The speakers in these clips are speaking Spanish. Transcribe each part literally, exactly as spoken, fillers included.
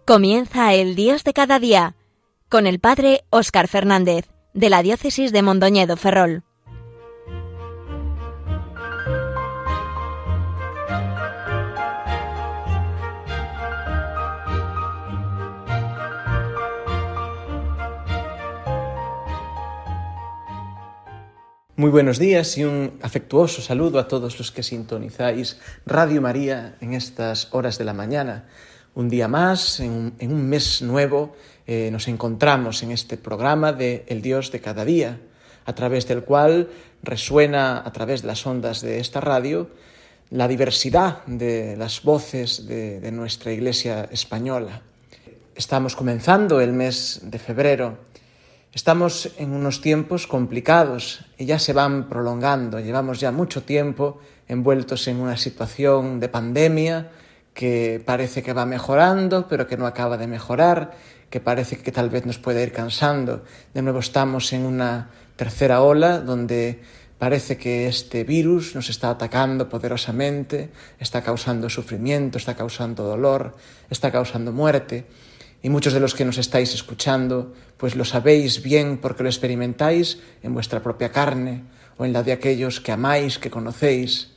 Comienza el Dios de cada día, con el Padre Óscar Fernández, de la Diócesis de Mondoñedo, Ferrol. Muy buenos días y un afectuoso saludo a todos los que sintonizáis Radio María en estas horas de la mañana. Un día más, en un, en un mes nuevo, eh, nos encontramos en este programa de El Dios de cada día, a través del cual resuena a través de las ondas de esta radio la diversidad de las voces de, de nuestra Iglesia española. Estamos comenzando el mes de febrero. Estamos en unos tiempos complicados y ya se van prolongando. Llevamos ya mucho tiempo envueltos en una situación de pandemia que parece que va mejorando, pero que no acaba de mejorar, que parece que tal vez nos puede ir cansando. De nuevo estamos en una tercera ola donde parece que este virus nos está atacando poderosamente, está causando sufrimiento, está causando dolor, está causando muerte. Y muchos de los que nos estáis escuchando, pues lo sabéis bien porque lo experimentáis en vuestra propia carne o en la de aquellos que amáis, que conocéis.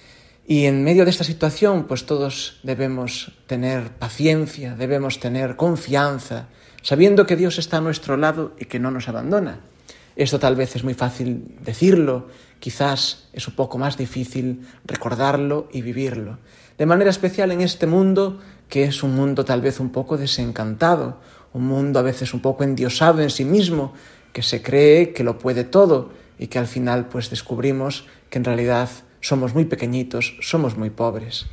Y en medio de esta situación, pues todos debemos tener paciencia, debemos tener confianza, sabiendo que Dios está a nuestro lado y que no nos abandona. Esto tal vez es muy fácil decirlo, quizás es un poco más difícil recordarlo y vivirlo. De manera especial en este mundo, que es un mundo tal vez un poco desencantado, un mundo a veces un poco endiosado en sí mismo, que se cree que lo puede todo y que al final pues descubrimos que en realidad somos muy pequeñitos, somos muy pobres.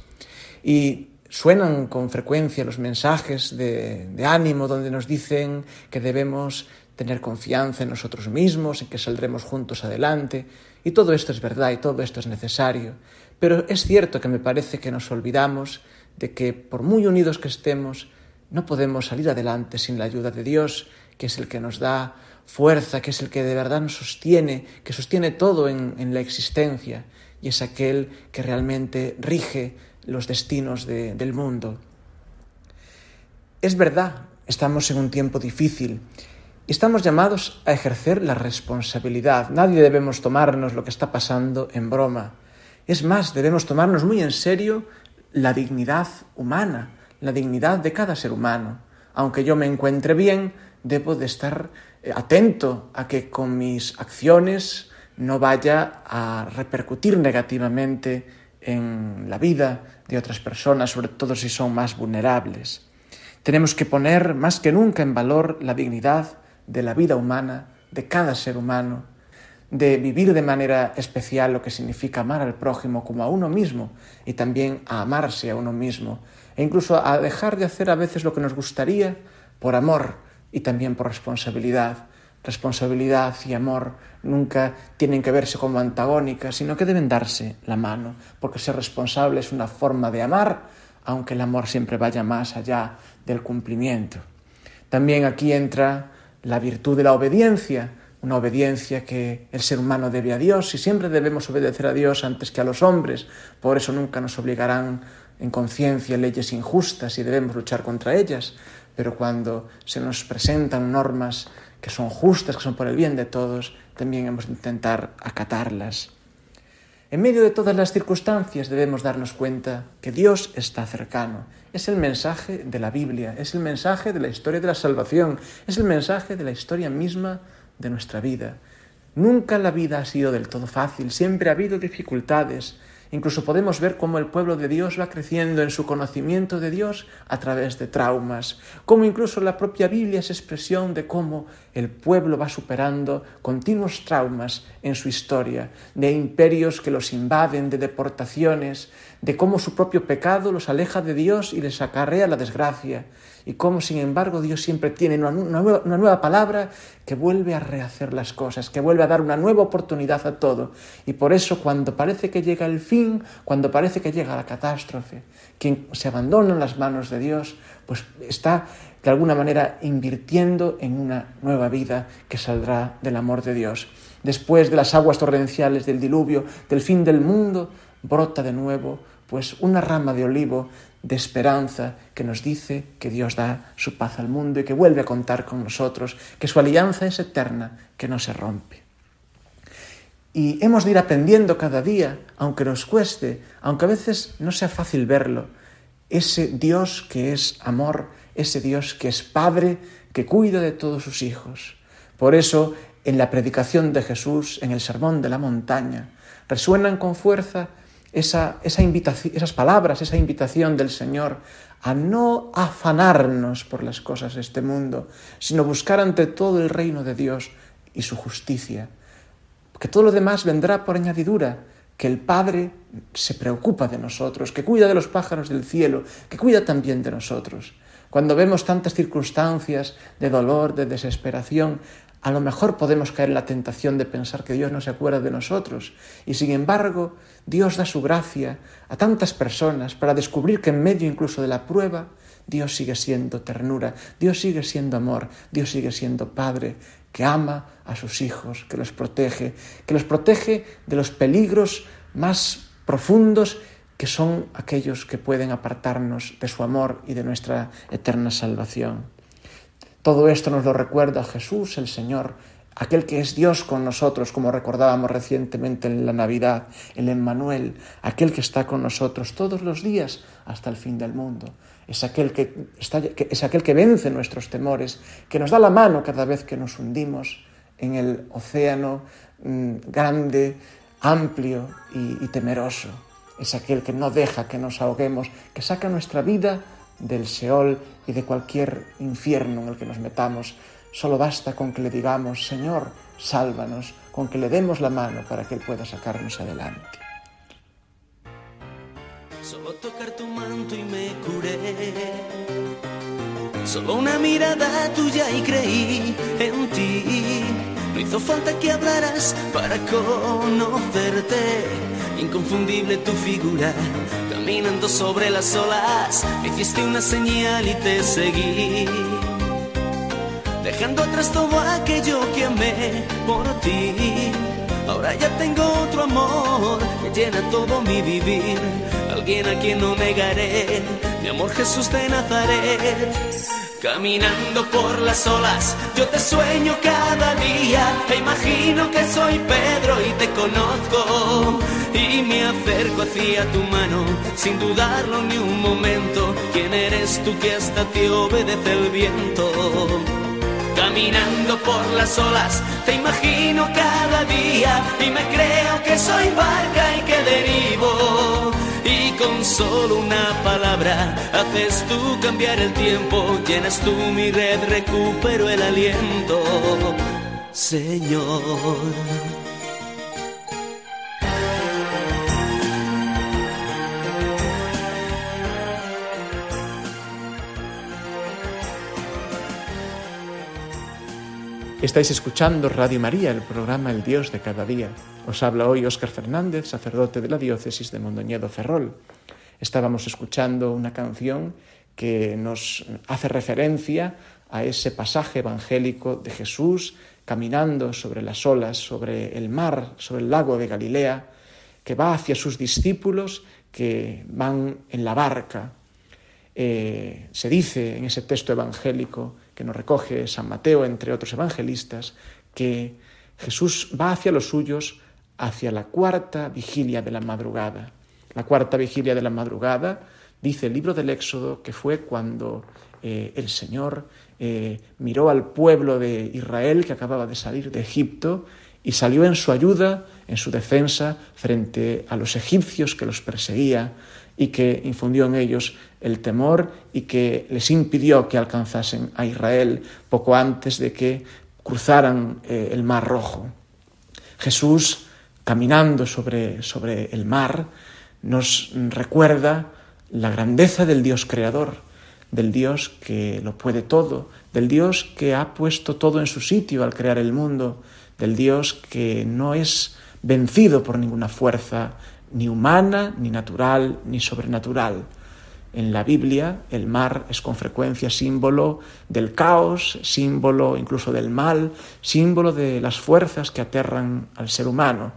Y suenan con frecuencia los mensajes de, de ánimo donde nos dicen que debemos tener confianza en nosotros mismos, en que saldremos juntos adelante. Y todo esto es verdad y todo esto es necesario. Pero es cierto que me parece que nos olvidamos de que por muy unidos que estemos, no podemos salir adelante sin la ayuda de Dios, que es el que nos da fuerza, que es el que de verdad nos sostiene, que sostiene todo en, en la existencia, y es aquel que realmente rige los destinos de, del mundo. Es verdad, estamos en un tiempo difícil, y estamos llamados a ejercer la responsabilidad. Nadie debemos tomarnos lo que está pasando en broma. Es más, debemos tomarnos muy en serio la dignidad humana, la dignidad de cada ser humano. Aunque yo me encuentre bien, debo de estar atento a que con mis acciones no vaya a repercutir negativamente en la vida de otras personas, sobre todo si son más vulnerables. Tenemos que poner más que nunca en valor la dignidad de la vida humana, de cada ser humano, de vivir de manera especial lo que significa amar al prójimo como a uno mismo y también a amarse a uno mismo e incluso a dejar de hacer a veces lo que nos gustaría por amor y también por responsabilidad. Responsabilidad y amor nunca tienen que verse como antagónicas, sino que deben darse la mano, porque ser responsable es una forma de amar, aunque el amor siempre vaya más allá del cumplimiento. También aquí entra la virtud de la obediencia, una obediencia que el ser humano debe a Dios y siempre debemos obedecer a Dios antes que a los hombres. Por eso nunca nos obligarán en conciencia leyes injustas y debemos luchar contra ellas. Pero cuando se nos presentan normas que son justas, que son por el bien de todos, también hemos de intentar acatarlas. En medio de todas las circunstancias debemos darnos cuenta que Dios está cercano. Es el mensaje de la Biblia, es el mensaje de la historia de la salvación, es el mensaje de la historia misma de nuestra vida. Nunca la vida ha sido del todo fácil, siempre ha habido dificultades. Incluso podemos ver cómo el pueblo de Dios va creciendo en su conocimiento de Dios a través de traumas, cómo incluso la propia Biblia es expresión de cómo el pueblo va superando continuos traumas en su historia, de imperios que los invaden, de deportaciones, de cómo su propio pecado los aleja de Dios y les acarrea la desgracia, y cómo, sin embargo, Dios siempre tiene una, una, nueva, una nueva palabra que vuelve a rehacer las cosas, que vuelve a dar una nueva oportunidad a todo. Y por eso, cuando parece que llega el fin, cuando parece que llega la catástrofe, quien se abandona en las manos de Dios, pues está de alguna manera invirtiendo en una nueva vida que saldrá del amor de Dios. Después de las aguas torrenciales del diluvio, del fin del mundo, brota de nuevo pues una rama de olivo de esperanza que nos dice que Dios da su paz al mundo y que vuelve a contar con nosotros, que su alianza es eterna, que no se rompe. Y hemos de ir aprendiendo cada día, aunque nos cueste, aunque a veces no sea fácil verlo, ese Dios que es amor, ese Dios que es Padre, que cuida de todos sus hijos. Por eso, en la predicación de Jesús, en el Sermón de la Montaña, resuenan con fuerza esa, esa invitación, esas palabras, esa invitación del Señor a no afanarnos por las cosas de este mundo, sino buscar ante todo el reino de Dios y su justicia. Que todo lo demás vendrá por añadidura, que el Padre se preocupa de nosotros, que cuida de los pájaros del cielo, que cuida también de nosotros. Cuando vemos tantas circunstancias de dolor, de desesperación, a lo mejor podemos caer en la tentación de pensar que Dios no se acuerda de nosotros. Y sin embargo, Dios da su gracia a tantas personas para descubrir que en medio incluso de la prueba, Dios sigue siendo ternura, Dios sigue siendo amor, Dios sigue siendo Padre, que ama a sus hijos, que los protege, que los protege de los peligros más profundos que son aquellos que pueden apartarnos de su amor y de nuestra eterna salvación. Todo esto nos lo recuerda Jesús, el Señor, aquel que es Dios con nosotros, como recordábamos recientemente en la Navidad, el Emmanuel, aquel que está con nosotros todos los días hasta el fin del mundo. Es aquel que, está, que, es aquel que vence nuestros temores, que nos da la mano cada vez que nos hundimos en el océano mmm, grande, amplio y, y temeroso. Es aquel que no deja que nos ahoguemos, que saca nuestra vida del Seol y de cualquier infierno en el que nos metamos. Solo basta con que le digamos, Señor, sálvanos, con que le demos la mano para que Él pueda sacarnos adelante. Solo tocar tu manto y me curé. Solo una mirada tuya y creí en ti. No hizo falta que hablaras para conocerte. Inconfundible tu figura, caminando sobre las olas. Me hiciste una señal y te seguí. Dejando atrás todo aquello que amé por ti. Ahora ya tengo otro amor que llena todo mi vivir. Alguien a quien no negaré, mi amor Jesús de Nazaret. Caminando por las olas, yo te sueño cada día. E imagino que soy Pedro y te conozco. Y me acerco hacia tu mano, sin dudarlo ni un momento. ¿Quién eres tú que hasta te obedece el viento? Caminando por las olas, te imagino cada día. Y me creo que soy barca y que derivo. Y con solo una palabra haces tú cambiar el tiempo. Llenas tú mi red, recupero el aliento, Señor. Estáis escuchando Radio María, el programa El Dios de cada día. Os habla hoy Óscar Fernández, sacerdote de la diócesis de Mondoñedo-Ferrol. Estábamos escuchando una canción que nos hace referencia a ese pasaje evangélico de Jesús caminando sobre las olas, sobre el mar, sobre el lago de Galilea, que va hacia sus discípulos que van en la barca. Eh, se dice en ese texto evangélico que nos recoge San Mateo, entre otros evangelistas, que Jesús va hacia los suyos hacia la cuarta vigilia de la madrugada. La cuarta vigilia de la madrugada, dice el libro del Éxodo, que fue cuando eh, el Señor eh, miró al pueblo de Israel que acababa de salir de Egipto y salió en su ayuda, en su defensa, frente a los egipcios que los perseguía y que infundió en ellos el temor y que les impidió que alcanzasen a Israel poco antes de que cruzaran eh, el Mar Rojo. Jesús, caminando sobre, sobre el mar, nos recuerda la grandeza del Dios creador, del Dios que lo puede todo, del Dios que ha puesto todo en su sitio al crear el mundo, del Dios que no es vencido por ninguna fuerza, ni humana, ni natural, ni sobrenatural. En la Biblia, el mar es con frecuencia símbolo del caos, símbolo incluso del mal, símbolo de las fuerzas que aterran al ser humano.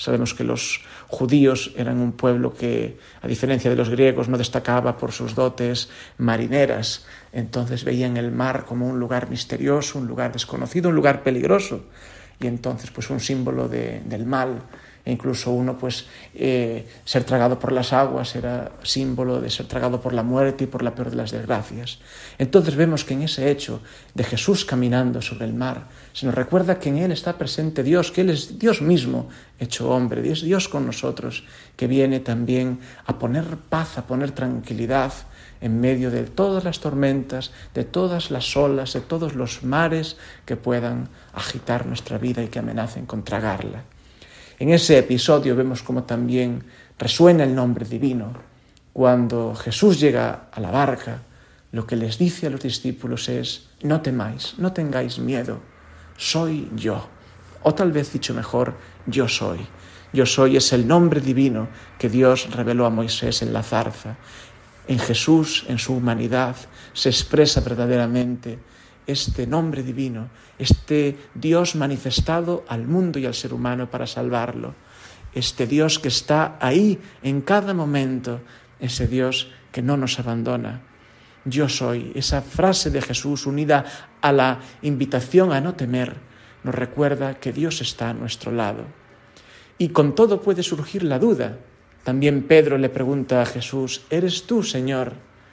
Sabemos que los judíos eran un pueblo que, a diferencia de los griegos, no destacaba por sus dotes marineras. Entonces veían el mar como un lugar misterioso, un lugar desconocido, un lugar peligroso. Y entonces pues un símbolo de, del mal. E incluso uno, pues, eh, ser tragado por las aguas era símbolo de ser tragado por la muerte y por la peor de las desgracias. Entonces vemos que en ese hecho de Jesús caminando sobre el mar, se nos recuerda que en Él está presente Dios, que Él es Dios mismo hecho hombre, es Dios con nosotros, que viene también a poner paz, a poner tranquilidad en medio de todas las tormentas, de todas las olas, de todos los mares que puedan agitar nuestra vida y que amenacen con tragarla. En ese episodio vemos cómo también resuena el nombre divino. Cuando Jesús llega a la barca, lo que les dice a los discípulos es: no temáis, no tengáis miedo, soy yo. O tal vez dicho mejor, yo soy. Yo soy es el nombre divino que Dios reveló a Moisés en la zarza. En Jesús, en su humanidad, se expresa verdaderamente este nombre divino, este Dios manifestado al mundo y al ser humano para salvarlo, este Dios que está ahí en cada momento, ese Dios que no nos abandona. Yo soy, esa frase de Jesús unida a la invitación a no temer, nos recuerda que Dios está a nuestro lado. Y con todo puede surgir la duda. También Pedro le pregunta a Jesús: ¿eres tú, Señor?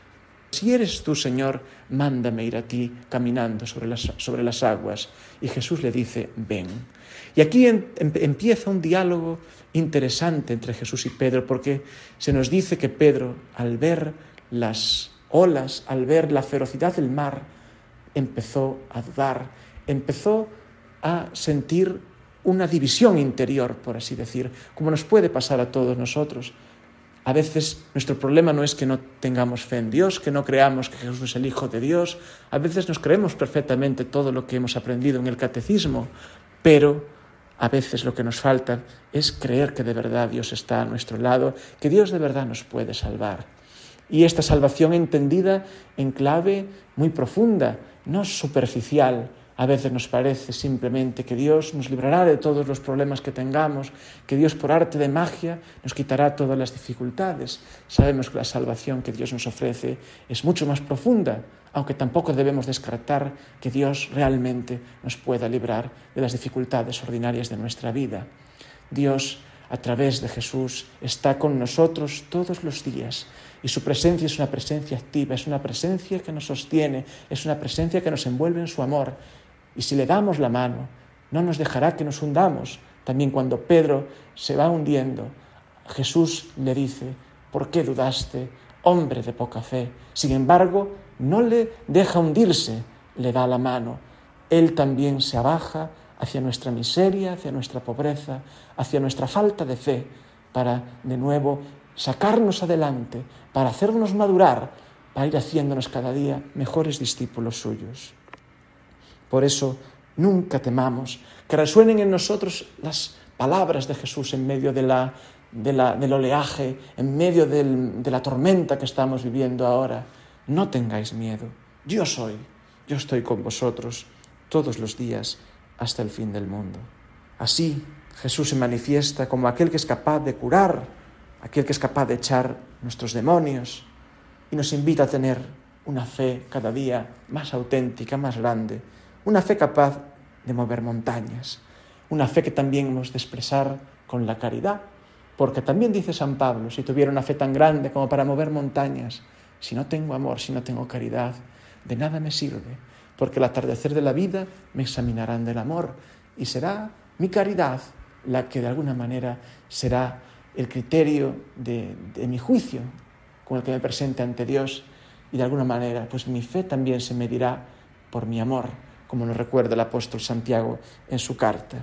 Si eres tú, Señor, mándame ir a ti caminando sobre las, sobre las aguas. Y Jesús le dice: ven. Y aquí en, en, empieza un diálogo interesante entre Jesús y Pedro, porque se nos dice que Pedro, al ver las olas, al ver la ferocidad del mar, empezó a dudar, empezó a sentir una división interior, por así decir, como nos puede pasar a todos nosotros. A veces nuestro problema no es que no tengamos fe en Dios, que no creamos que Jesús es el Hijo de Dios. A veces nos creemos perfectamente todo lo que hemos aprendido en el catecismo, pero a veces lo que nos falta es creer que de verdad Dios está a nuestro lado, que Dios de verdad nos puede salvar. Y esta salvación entendida en clave muy profunda, no superficial. A veces nos parece simplemente que Dios nos librará de todos los problemas que tengamos, que Dios por arte de magia nos quitará todas las dificultades. Sabemos que la salvación que Dios nos ofrece es mucho más profunda, aunque tampoco debemos descartar que Dios realmente nos pueda librar de las dificultades ordinarias de nuestra vida. Dios, a través de Jesús, está con nosotros todos los días y su presencia es una presencia activa, es una presencia que nos sostiene, es una presencia que nos envuelve en su amor. Y si le damos la mano, no nos dejará que nos hundamos. También cuando Pedro se va hundiendo, Jesús le dice: ¿por qué dudaste, hombre de poca fe? Sin embargo, no le deja hundirse, le da la mano. Él también se abaja hacia nuestra miseria, hacia nuestra pobreza, hacia nuestra falta de fe, para de nuevo sacarnos adelante, para hacernos madurar, para ir haciéndonos cada día mejores discípulos suyos. Por eso, nunca temamos, que resuenen en nosotros las palabras de Jesús en medio de la, de la, del oleaje, en medio del, de la tormenta que estamos viviendo ahora. No tengáis miedo, yo soy, yo estoy con vosotros todos los días hasta el fin del mundo. Así, Jesús se manifiesta como aquel que es capaz de curar, aquel que es capaz de echar nuestros demonios y nos invita a tener una fe cada día más auténtica, más grande, una fe capaz de mover montañas, una fe que también hemos de expresar con la caridad, porque también dice San Pablo: si tuviera una fe tan grande como para mover montañas, si no tengo amor, si no tengo caridad, de nada me sirve, porque al atardecer de la vida me examinarán del amor y será mi caridad la que de alguna manera será el criterio de, de mi juicio con el que me presente ante Dios, y de alguna manera pues mi fe también se medirá por mi amor, como nos recuerda el apóstol Santiago en su carta.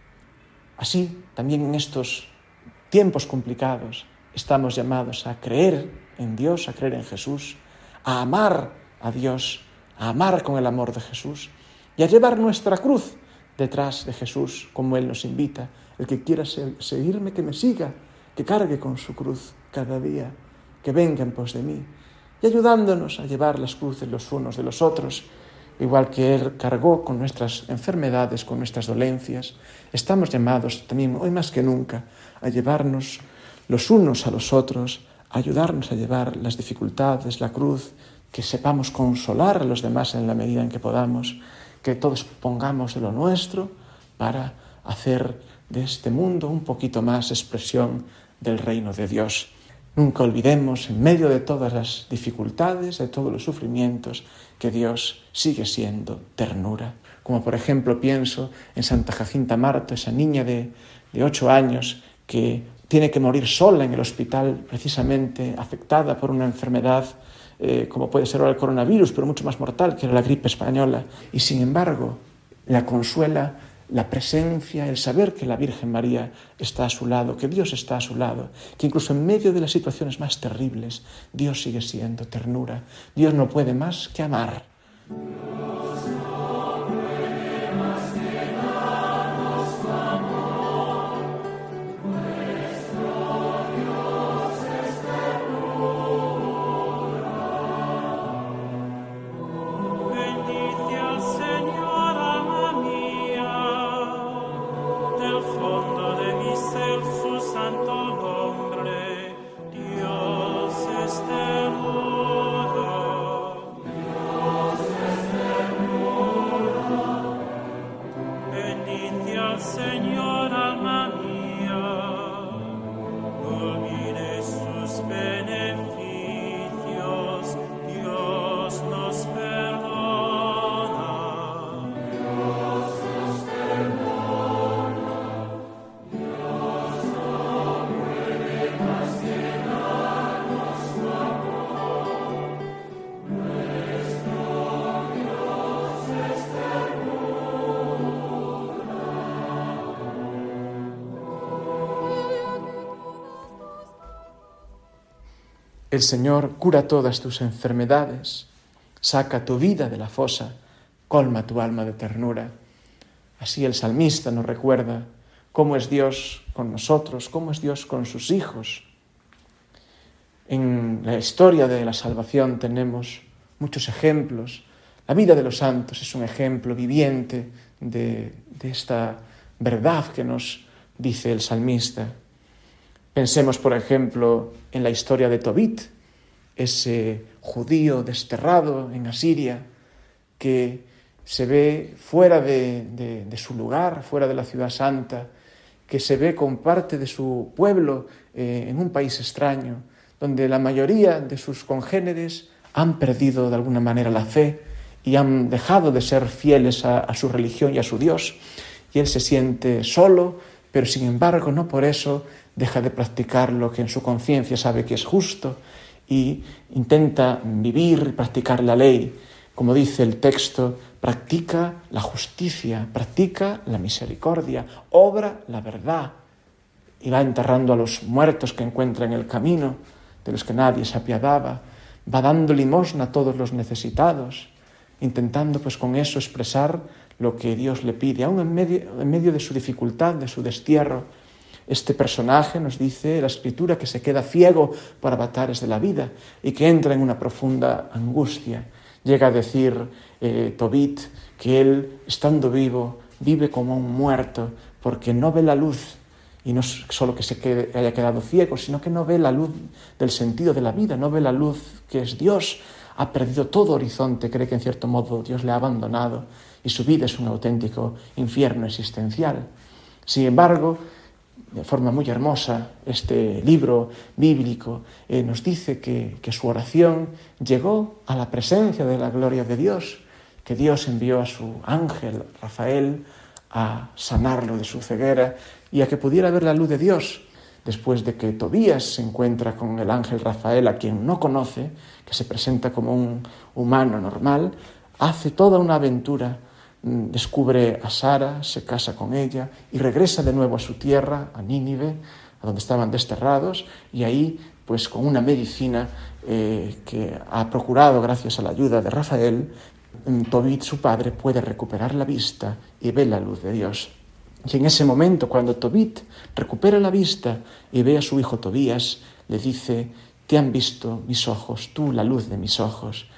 Así, también en estos tiempos complicados, estamos llamados a creer en Dios, a creer en Jesús, a amar a Dios, a amar con el amor de Jesús y a llevar nuestra cruz detrás de Jesús, como Él nos invita. El que quiera seguirme, que me siga, que cargue con su cruz cada día, que venga en pos de mí, y ayudándonos a llevar las cruces los unos de los otros, igual que Él cargó con nuestras enfermedades, con nuestras dolencias, estamos llamados también, hoy más que nunca, a llevarnos los unos a los otros, a ayudarnos a llevar las dificultades, la cruz, que sepamos consolar a los demás en la medida en que podamos, que todos pongamos de lo nuestro para hacer de este mundo un poquito más expresión del reino de Dios. Nunca olvidemos, en medio de todas las dificultades, de todos los sufrimientos, que Dios sigue siendo ternura. Como por ejemplo pienso en Santa Jacinta Marto, esa niña de, de ocho años que tiene que morir sola en el hospital, precisamente afectada por una enfermedad eh, como puede ser ahora el coronavirus, pero mucho más mortal que era la gripe española. Y sin embargo, la consuela la presencia, el saber que la Virgen María está a su lado, que Dios está a su lado, que incluso en medio de las situaciones más terribles, Dios sigue siendo ternura. Dios no puede más que amar. El Señor cura todas tus enfermedades, saca tu vida de la fosa, colma tu alma de ternura. Así el salmista nos recuerda cómo es Dios con nosotros, cómo es Dios con sus hijos. En la historia de la salvación tenemos muchos ejemplos. La vida de los santos es un ejemplo viviente de, de esta verdad que nos dice el salmista. Pensemos, por ejemplo, en la historia de Tobit, ese judío desterrado en Asiria que se ve fuera de, de, de su lugar, fuera de la ciudad santa, que se ve con parte de su pueblo eh, en un país extraño, donde la mayoría de sus congéneres han perdido de alguna manera la fe y han dejado de ser fieles a, a su religión y a su Dios. Y él se siente solo, pero sin embargo no por eso deja de practicar lo que en su conciencia sabe que es justo y intenta vivir y practicar la ley. Como dice el texto, practica la justicia, practica la misericordia, obra la verdad y va enterrando a los muertos que encuentra en el camino, de los que nadie se apiadaba, va dando limosna a todos los necesitados, intentando pues con eso expresar lo que Dios le pide, aún en medio, en medio de su dificultad, de su destierro. Este personaje, nos dice la Escritura, que se queda ciego por avatares de la vida y que entra en una profunda angustia. Llega a decir eh, Tobit que él, estando vivo, vive como un muerto porque no ve la luz. Y no es solo que se quede, haya quedado ciego, sino que no ve la luz del sentido de la vida, no ve la luz que es Dios. Ha perdido todo horizonte, cree que en cierto modo Dios le ha abandonado y su vida es un auténtico infierno existencial. Sin embargo, de forma muy hermosa, este libro bíblico eh, nos dice que, que su oración llegó a la presencia de la gloria de Dios, que Dios envió a su ángel Rafael a sanarlo de su ceguera y a que pudiera ver la luz de Dios. Después de que Tobías se encuentra con el ángel Rafael, a quien no conoce, que se presenta como un humano normal, hace toda una aventura. Descubre a Sara, se casa con ella y regresa de nuevo a su tierra, a Nínive, a donde estaban desterrados, y ahí, pues con una medicina eh, que ha procurado gracias a la ayuda de Rafael, Tobit, su padre, puede recuperar la vista y ve la luz de Dios. Y en ese momento, cuando Tobit recupera la vista y ve a su hijo Tobías, le dice: «Te han visto mis ojos, tú la luz de mis ojos».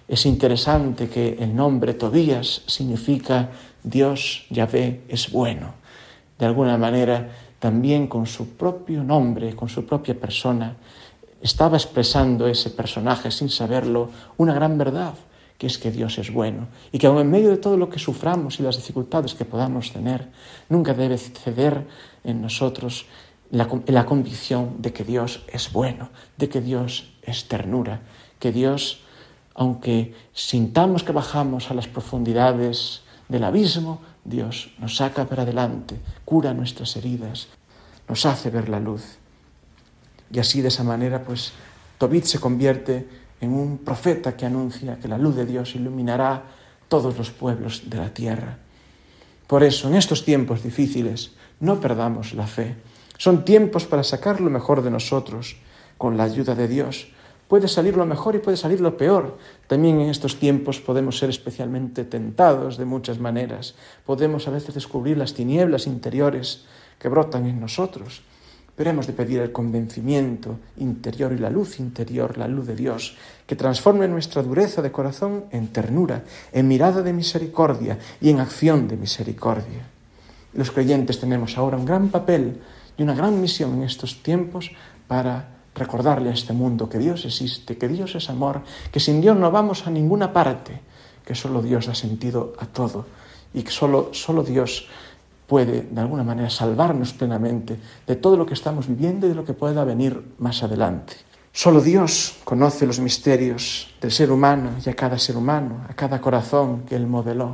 Es interesante que el nombre Tobías significa Dios, Yahvé, es bueno. De alguna manera, también con su propio nombre, con su propia persona, estaba expresando ese personaje, sin saberlo, una gran verdad, que es que Dios es bueno y que aun en medio de todo lo que suframos y las dificultades que podamos tener, nunca debe ceder en nosotros la, la convicción de que Dios es bueno, de que Dios es ternura, que Dios, aunque sintamos que bajamos a las profundidades del abismo, Dios nos saca para adelante, cura nuestras heridas, nos hace ver la luz. Y así, de esa manera, pues, Tobit se convierte en un profeta que anuncia que la luz de Dios iluminará todos los pueblos de la tierra. Por eso, en estos tiempos difíciles, no perdamos la fe. Son tiempos para sacar lo mejor de nosotros, con la ayuda de Dios. Puede salir lo mejor y puede salir lo peor. También en estos tiempos podemos ser especialmente tentados de muchas maneras. Podemos a veces descubrir las tinieblas interiores que brotan en nosotros. Pero hemos de pedir el convencimiento interior y la luz interior, la luz de Dios, que transforme nuestra dureza de corazón en ternura, en mirada de misericordia y en acción de misericordia. Los creyentes tenemos ahora un gran papel y una gran misión en estos tiempos para recordarle a este mundo que Dios existe, que Dios es amor, que sin Dios no vamos a ninguna parte, que solo Dios da sentido a todo y que solo, solo Dios puede, de alguna manera, salvarnos plenamente de todo lo que estamos viviendo y de lo que pueda venir más adelante. Solo Dios conoce los misterios del ser humano y a cada ser humano, a cada corazón que Él modeló.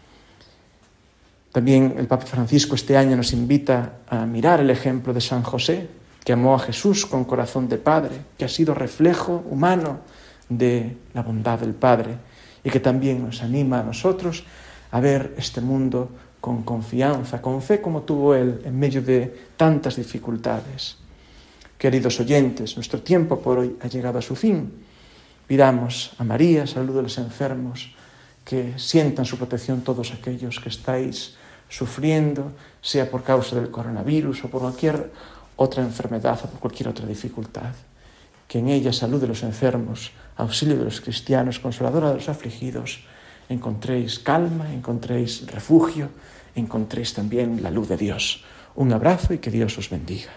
También el Papa Francisco este año nos invita a mirar el ejemplo de San José, que amó a Jesús con corazón de Padre, que ha sido reflejo humano de la bondad del Padre y que también nos anima a nosotros a ver este mundo con confianza, con fe como tuvo Él en medio de tantas dificultades. Queridos oyentes, nuestro tiempo por hoy ha llegado a su fin. Pidamos a María, salud de los enfermos, que sientan su protección todos aquellos que estáis sufriendo, sea por causa del coronavirus o por cualquier otra enfermedad o por cualquier otra dificultad. Que en ella, salud de los enfermos, auxilio de los cristianos, consoladora de los afligidos, encontréis calma, encontréis refugio, encontréis también la luz de Dios. Un abrazo y que Dios os bendiga.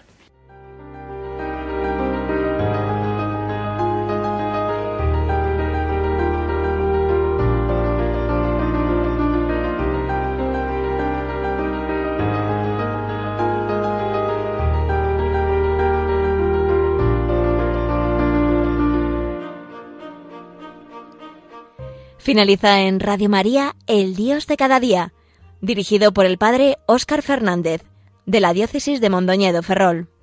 Finaliza en Radio María, El Dios de cada día, dirigido por el padre Óscar Fernández, de la Diócesis de Mondoñedo, Ferrol.